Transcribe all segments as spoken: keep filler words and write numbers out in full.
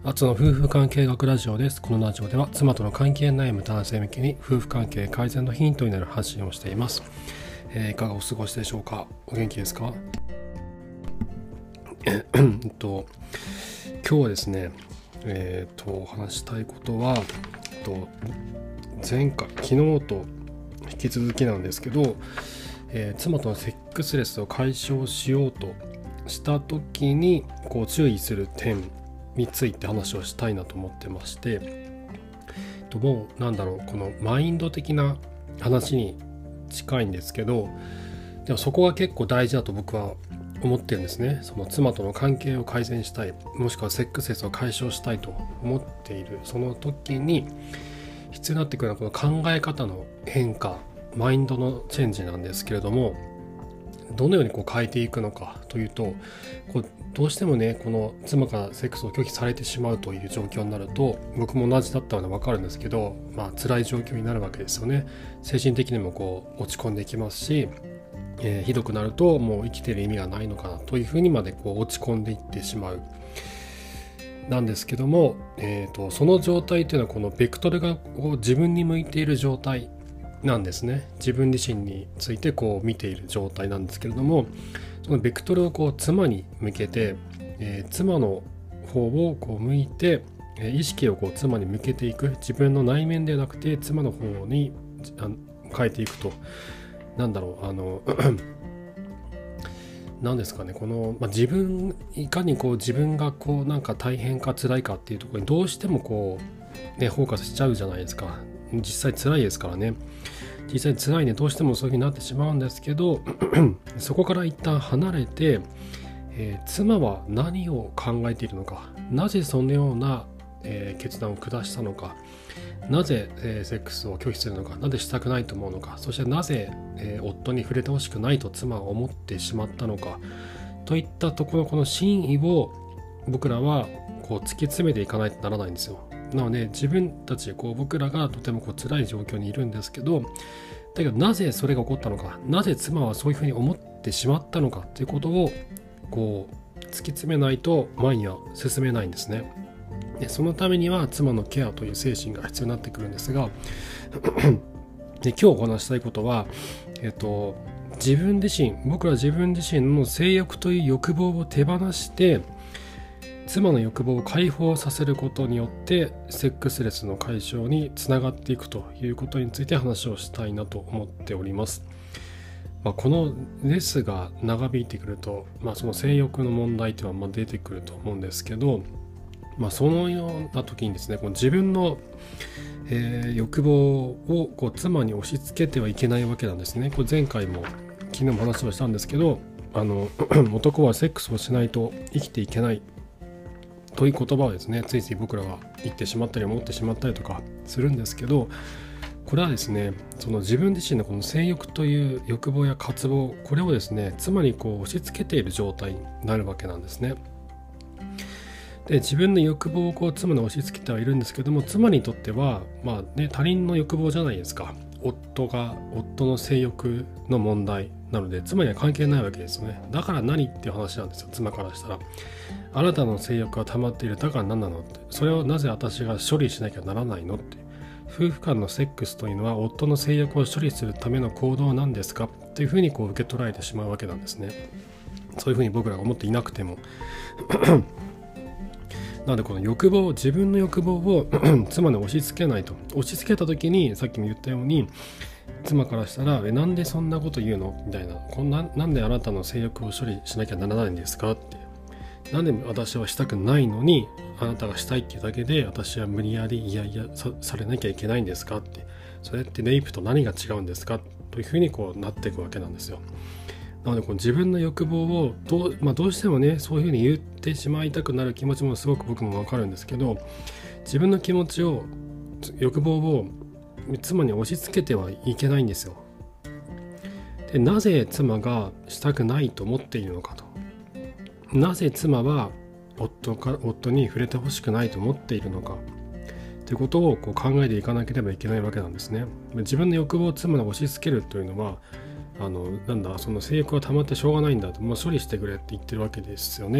アツの夫婦関係学ラジオです。このラジオでは妻との関係悩む男性向けに夫婦関係改善のヒントになる発信をしています。えー、いかがお過ごしでしょうか。お元気ですか。えっと今日はですね、えー、と話したいことは、えっと前回昨日と引き続きなんですけど、えー、妻とのセックスレスを解消しようとした時にこう注意する点について話をしたいなと思ってまして、もうなんだろうこのマインド的な話に近いんですけど、でもそこが結構大事だと僕は思ってるんですね。その妻との関係を改善したい、もしくはセックスレスを解消したいと思っているその時に必要になってくるのはこの考え方の変化、マインドのチェンジなんですけれども、どのようにこう変えていくのかというと、こうどうしてもねこの妻からセックスを拒否されてしまうという状況になると、僕も同じだったので分かるんですけど、まあ辛い状況になるわけですよね。精神的にもこう落ち込んでいきますし、えー、ひどくなるともう生きてる意味がないのかなというふうにまでこう落ち込んでいってしまうなんですけども、えーと、その状態というのはこのベクトルがこう自分に向いている状態なんですね。自分自身についてこう見ている状態なんですけれども、そのベクトルをこう妻に向けて、えー、妻の方をこう向いて、えー、意識をこう妻に向けていく、自分の内面ではなくて妻の方に変えていくと、なんだろうあのなんですかね、この、まあ、自分いかにこう自分がこうなんか大変か辛いかっていうところにどうしてもこうねフォーカスしちゃうじゃないですか。実際辛いですからね。実際辛いね、どうしてもそういう風になってしまうんですけどそこから一旦離れて、えー、妻は何を考えているのか、なぜそのような、えー、決断を下したのか、なぜ、えー、セックスを拒否するのか、なぜしたくないと思うのか、そしてなぜ、えー、夫に触れてほしくないと妻は思ってしまったのかといったところ、この真意を僕らはこう突き詰めていかないとならないんですよ。なので自分たちこう僕らがとてもこう辛い状況にいるんですけど、だけどなぜそれが起こったのか、なぜ妻はそういうふうに思ってしまったのかということをこう突き詰めないと前には進めないんですね。でそのためには妻のケアという精神が必要になってくるんですがで今日お話したいことは、えっと、自分自身僕ら自分自身の性欲という欲望を手放して妻の欲望を解放させることによってセックスレスの解消につながっていくということについて話をしたいなと思っております。まあ、このレスが長引いてくると、まあ、その性欲の問題というのはまあ出てくると思うんですけど、まあ、そのような時にですね、この自分の、えー、欲望をこう妻に押し付けてはいけないわけなんですね。これ前回も昨日も話をしたんですけど、あの男はセックスをしないと生きていけないという言葉をですね、ついつい僕らは言ってしまったり思ってしまったりとかするんですけど、これはですね、その自分自身のこの性欲という欲望や渇望、これをですね妻にこう押し付けている状態になるわけなんですね。で自分の欲望をこう妻に押し付けてはいるんですけども、妻にとってはまあね他人の欲望じゃないですか。夫が夫の性欲の問題なので妻には関係ないわけですよね。だから何っていう話なんですよ。妻からしたら、あなたの性欲が溜まっている、だから何なのって、それをなぜ私が処理しなきゃならないのって、夫婦間のセックスというのは夫の性欲を処理するための行動なんですかっていうふうにこう受け取られてしまうわけなんですね。そういうふうに僕らが思っていなくてもなのでこの欲望、自分の欲望を妻に押し付けないと。押し付けた時にさっきも言ったように、妻からしたらえなんでそんなこと言うのみたいな、こんな、なんであなたの性欲を処理しなきゃならないんですかって、なんで私はしたくないのにあなたがしたいっていうだけで私は無理やりいやいや さ, されなきゃいけないんですかって、それってレイプと何が違うんですかというふうにこうなっていくわけなんですよ。なのでこの自分の欲望をど う,、まあ、どうしてもねそういうふうに言ってしまいたくなる気持ちもすごく僕もわかるんですけど、自分の気持ちを欲望を妻に押し付けてはいけないんですよ。でなぜ妻がしたくないと思っているのかと、なぜ妻は 夫, か夫に触れてほしくないと思っているのかということをこう考えていかなければいけないわけなんですね。自分の欲望を妻に押し付けるというのは、あのなんだその性欲が溜まってしょうがないんだと、もう処理してくれって言ってるわけですよね。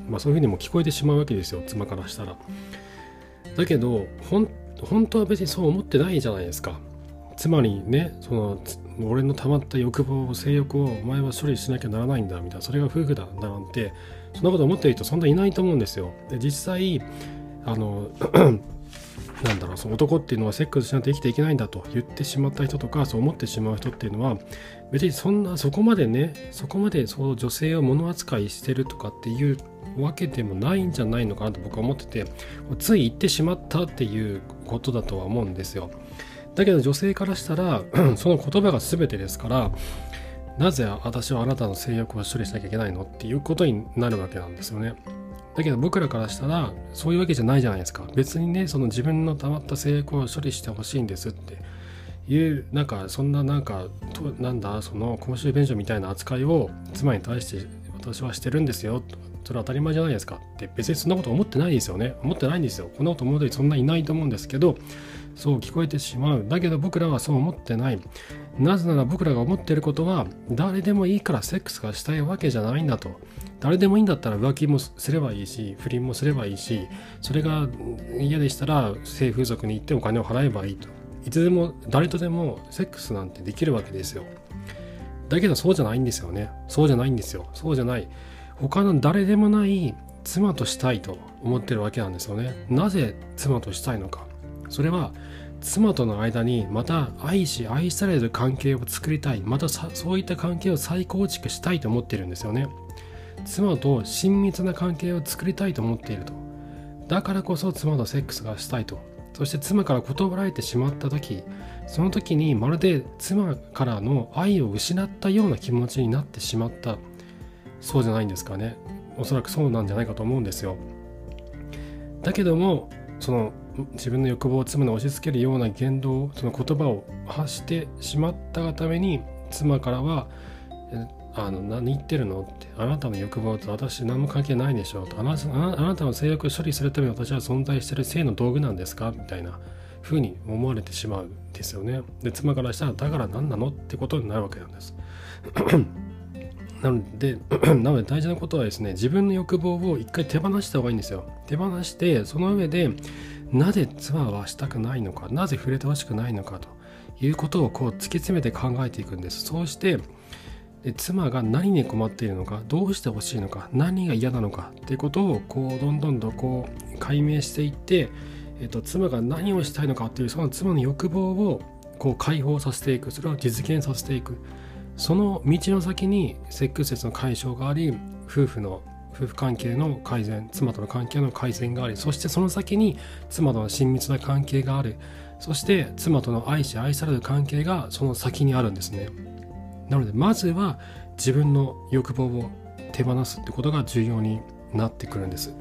まあ、そういうふうにも聞こえてしまうわけですよ、妻からしたら。だけどほん本当は別にそう思ってないじゃないですか。つまりね、その俺の溜まった欲望、性欲をお前は処理しなきゃならないんだみたいな、それが夫婦だなんて、そんなこと思ってる人そんないないと思うんですよ。で実際あのなんだろう、その男っていうのはセックスしないと生きていけないんだと言ってしまった人とか、そう思ってしまう人っていうのは、別にそんなそこまでね、そこまでそう女性を物扱いしてるとかっていうわけでもないんじゃないのかなと僕は思ってて、つい言ってしまったっていうことだとは思うんですよ。だけど女性からしたらその言葉が全てですから、なぜ私はあなたの性欲を処理しなきゃいけないのっていうことになるわけなんですよね。だけど僕らからしたらそういうわけじゃないじゃないですか。別にね、その自分の溜まった性欲を処理してほしいんですっていう、なんかそんななんかとなんだその公衆便所みたいな扱いを妻に対して私はしてるんですよ、それは当たり前じゃないですかって、別にそんなこと思ってないですよね。思ってないんですよ。こんなこと思う人そんないないと思うんですけど、そう聞こえてしまう。だけど僕らはそう思ってない。なぜなら僕らが思っていることは、誰でもいいからセックスがしたいわけじゃないんだと。誰でもいいんだったら浮気もすればいいし、不倫もすればいいし、それが嫌でしたら性風俗に行ってお金を払えばいいと。いつでも誰とでもセックスなんてできるわけですよ。だけどそうじゃないんですよね。そうじゃないんですよ。そうじゃない。他の誰でもない妻としたいと思ってるわけなんですよね。なぜ妻としたいのか。それは妻との間にまた愛し愛される関係を作りたい、またそういった関係を再構築したいと思っているんですよね。妻と親密な関係を作りたいと思っていると。だからこそ妻とセックスがしたいと。そして妻から断られてしまった時、その時にまるで妻からの愛を失ったような気持ちになってしまった。そうじゃないんですかね。おそらくそうなんじゃないかと思うんですよ。だけどもその自分の欲望を妻に押し付けるような言動、その言葉を発してしまったがために、妻からはあの何言ってるのって、あなたの欲望と私何も関係ないでしょうと、あなた、あなたの性欲を処理するために私は存在している性の道具なんですかみたいな風に思われてしまうんですよね。で妻からしたらだから何なのってことになるわけなんですなのでなので大事なことはですね、自分の欲望を一回手放した方がいいんですよ。手放して、その上でなぜ妻はしたくないのか、なぜ触れてほしくないのかということをこう突き詰めて考えていくんです。そうしてで妻が何に困っているのか、どうしてほしいのか、何が嫌なのかっていうことをこうどんどんとこう解明していって、えっと、妻が何をしたいのかっていうその妻の欲望をこう解放させていく、それを実現させていく。その道の先にセックスレスの解消があり、夫婦の夫婦関係の改善、妻との関係の改善があり、そしてその先に妻との親密な関係がある、そして妻との愛し愛される関係がその先にあるんですね。なのでまずは自分の欲望を手放すってことが重要になってくるんです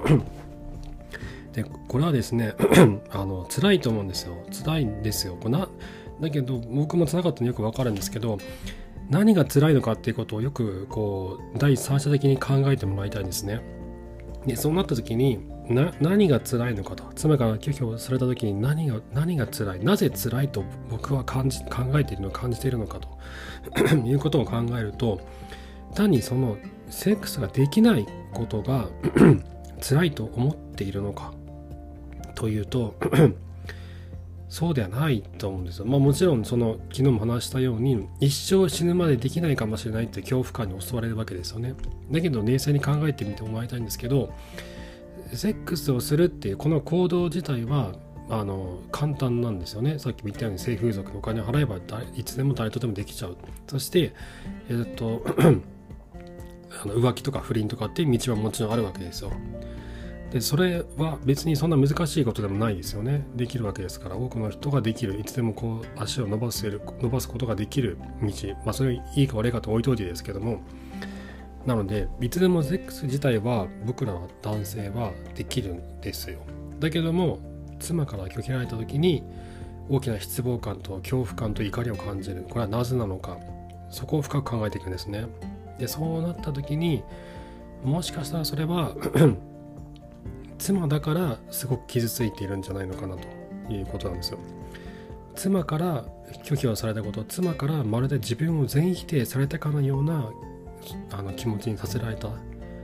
でこれはですねあの辛いと思うんですよ。辛いんですよ。これなだけど僕も辛かったのよくわかるんですけど、何が辛いのかっていうことをよくこう第三者的に考えてもらいたいんですね。でそうなった時にな何が辛いのかと、妻から拒否をされた時に何が何が辛い、なぜ辛いと僕は感じ考えているのか感じているのかということを考えると、単にそのセックスができないことが辛いと思っているのかというとそうではないと思うんですよ。まあもちろんその昨日も話したように一生死ぬまでできないかもしれないって恐怖感に襲われるわけですよね。だけど冷静に考えてみてもらいたいんですけど、セックスをするっていうこの行動自体はあの簡単なんですよね。さっきも言ったように性風俗のお金を払えばいつでも誰とでもできちゃう。そしてえっとあの浮気とか不倫とかっていう道はもちろんあるわけですよ。でそれは別にそんな難しいことでもないですよね。できるわけですから、多くの人ができる、いつでもこう足を伸ばせる伸ばすことができる道、まあそれいいか悪いかと置いといてですけども、なのでいつでもセックス自体は僕ら男性はできるんですよ。だけども妻から拒否られた時に大きな失望感と恐怖感と怒りを感じる。これはなぜなのか、そこを深く考えていくんですね。でそうなった時にもしかしたらそれは妻だからすごく傷ついているんじゃないのかなということなんですよ。妻から拒否をされたこと、妻からまるで自分を全否定されたかのようなあの気持ちにさせられた。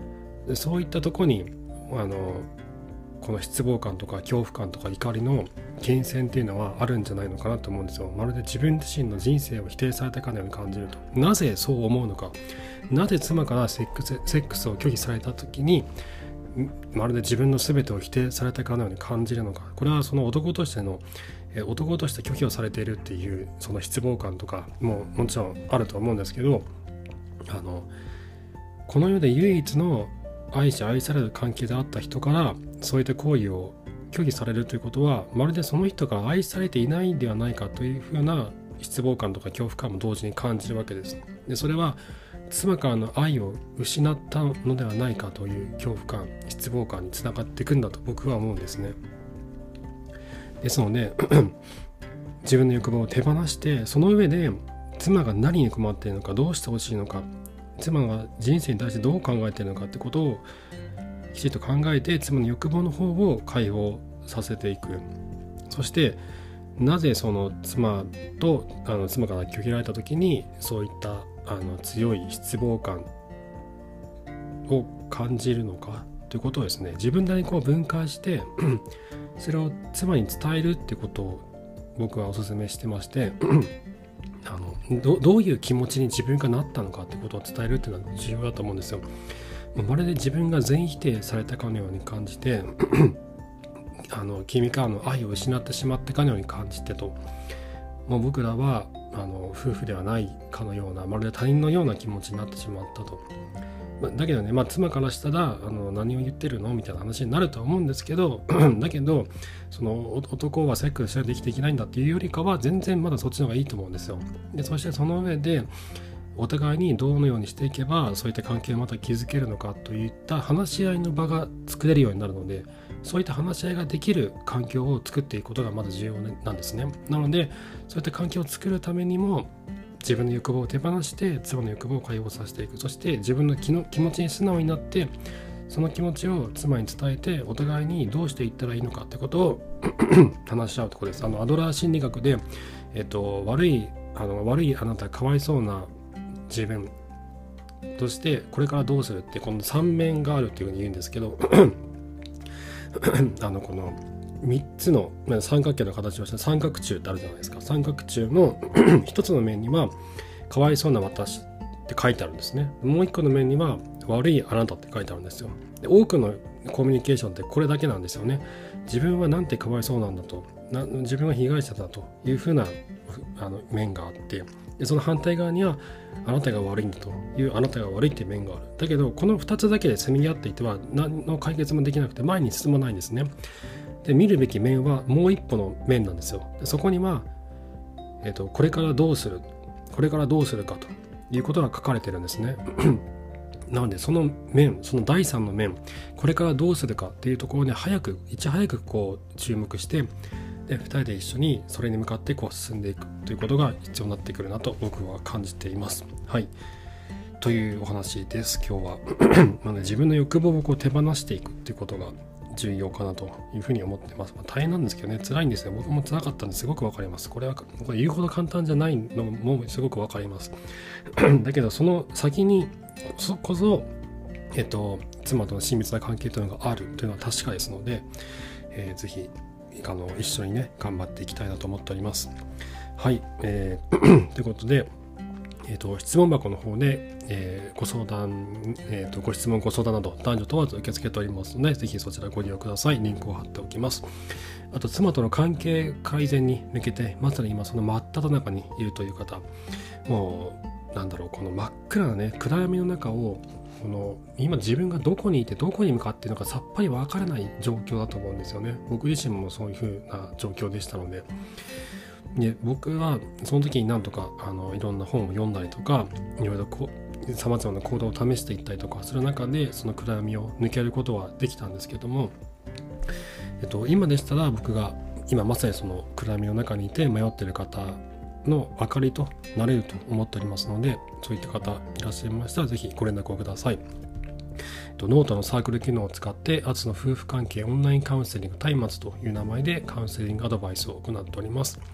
でそういったとこにあのこの失望感とか恐怖感とか怒りの源泉っていうのはあるんじゃないのかなと思うんですよ。まるで自分自身の人生を否定されたかのように感じると。なぜそう思うのか、なぜ妻からセックス、セックスを拒否された時にまるで自分の全てを否定されたかのように感じるのか。これはその男としての男として拒否をされているっていうその失望感とかももちろんあると思うんですけど、あのこの世で唯一の愛し愛される関係であった人からそういった行為を拒否されるということは、まるでその人が愛されていないんではないかというふうな失望感とか恐怖感も同時に感じるわけです。でそれは妻からの愛を失ったのではないかという恐怖感、失望感につながっていくんだと僕は思うんですね。ですので自分の欲望を手放して、その上で妻が何に困っているのか、どうしてほしいのか、妻が人生に対してどう考えているのかってことをきちんと考えて、妻の欲望の方を解放させていく。そしてなぜその妻とあの妻から拒否られた時にそういったあの強い失望感を感じるのかということをですね、自分なりにこう分解してそれを妻に伝えるってことを僕はお勧めしてましてあの ど, どういう気持ちに自分がなったのかってことを伝えるっていうのは重要だと思うんですよ。まるで自分が全否定されたかのように感じてあの君からの愛を失ってしまったかのように感じてと、もう僕らはあの夫婦ではないかのような、まるで他人のような気持ちになってしまったと。だけどね、まあ、妻からしたらあの何を言ってるのみたいな話になるとは思うんですけどだけどその男はセックスしないと生きていけないんだっていうよりかは全然まだそっちの方がいいと思うんですよ。でそしてその上でお互いにどのようにしていけばそういった関係をまた築けるのかといった話し合いの場が作れるようになるので、そういった話し合いができる環境を作っていくことがまず重要なんですね。なのでそういった環境を作るためにも自分の欲望を手放して妻の欲望を解放させていく。そして自分の気の気持ちに素直になってその気持ちを妻に伝えてお互いにどうしていったらいいのかってことを話し合うところです。あのアドラー心理学で、えっと、悪いあの悪いあなたかわいそうな自分としてこれからどうするってこのさん面があるっていうふうに言うんですけどあのこのみっつの三角形の形をした三角柱ってあるじゃないですか。三角柱のひとつの面にはかわいそうな私って書いてあるんですね。もう一個の面には悪いあなたって書いてあるんですよ。で多くのコミュニケーションってこれだけなんですよね。自分はなんてかわいそうなんだと、な自分は被害者だというふうなあの面があって、でその反対側にはあなたが悪いんだというあなたが悪いっていう面がある。だけどこのふたつだけでせめぎ合っていては何の解決もできなくて前に進まないんですね。で見るべき面はもう一歩の面なんですよ。でそこには、えーと、これからどうするこれからどうするかということが書かれてるんですねなのでその面、そのだいさんの面、これからどうするかっていうところに早くいち早くこう注目して、でふたりで一緒にそれに向かってこう進んでいくということが必要になってくるなと僕は感じています。はいというお話です今日はなので自分の欲望をこう手放していくということが重要かなというふうに思ってます。まあ、大変なんですけどね、辛いんですよ。僕も辛かったんですごくわかります。これはこれ言うほど簡単じゃないのもすごくわかりますだけどその先にそこそ、えっと、妻との親密な関係というのがあるというのは確かですので、えー、ぜひあの一緒にね頑張っていきたいなと思っております。はい、えー、ということでえー、と質問箱の方で、えー、ご相談、えー、とご質問ご相談など男女問わず受け付けておりますので、ぜひそちらご利用ください。リンクを貼っておきます。あと妻との関係改善に向けてまさに今その真っ只中にいるという方、もうなんだろう、この真っ暗なね暗闇の中をこの今自分がどこにいてどこに向かっているのかさっぱりわからない状況だと思うんですよね。僕自身もそういう風な状況でしたので、で僕はその時になんとかあのいろんな本を読んだりとかいろいろさまざまな行動を試していったりとかする中でその暗闇を抜けることはできたんですけども、えっと、今でしたら僕が今まさにその暗闇の中にいて迷っている方の明かりとなれると思っておりますので、そういった方いらっしゃいましたらぜひご連絡をください。ノートのサークル機能を使ってアツの夫婦関係オンラインカウンセリング松明という名前でカウンセリングアドバイスを行っております。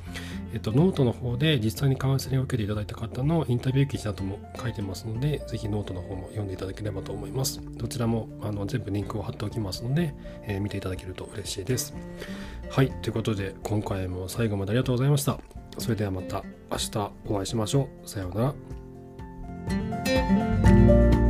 えっと、ノートの方で実際にカウンセリングを受けていただいた方のインタビュー記事なども書いてますので、ぜひノートの方も読んでいただければと思います。どちらもあの全部リンクを貼っておきますので、えー見ていただけると嬉しいです。はい、ということで今回も最後までありがとうございました。それではまた明日お会いしましょう。さようなら。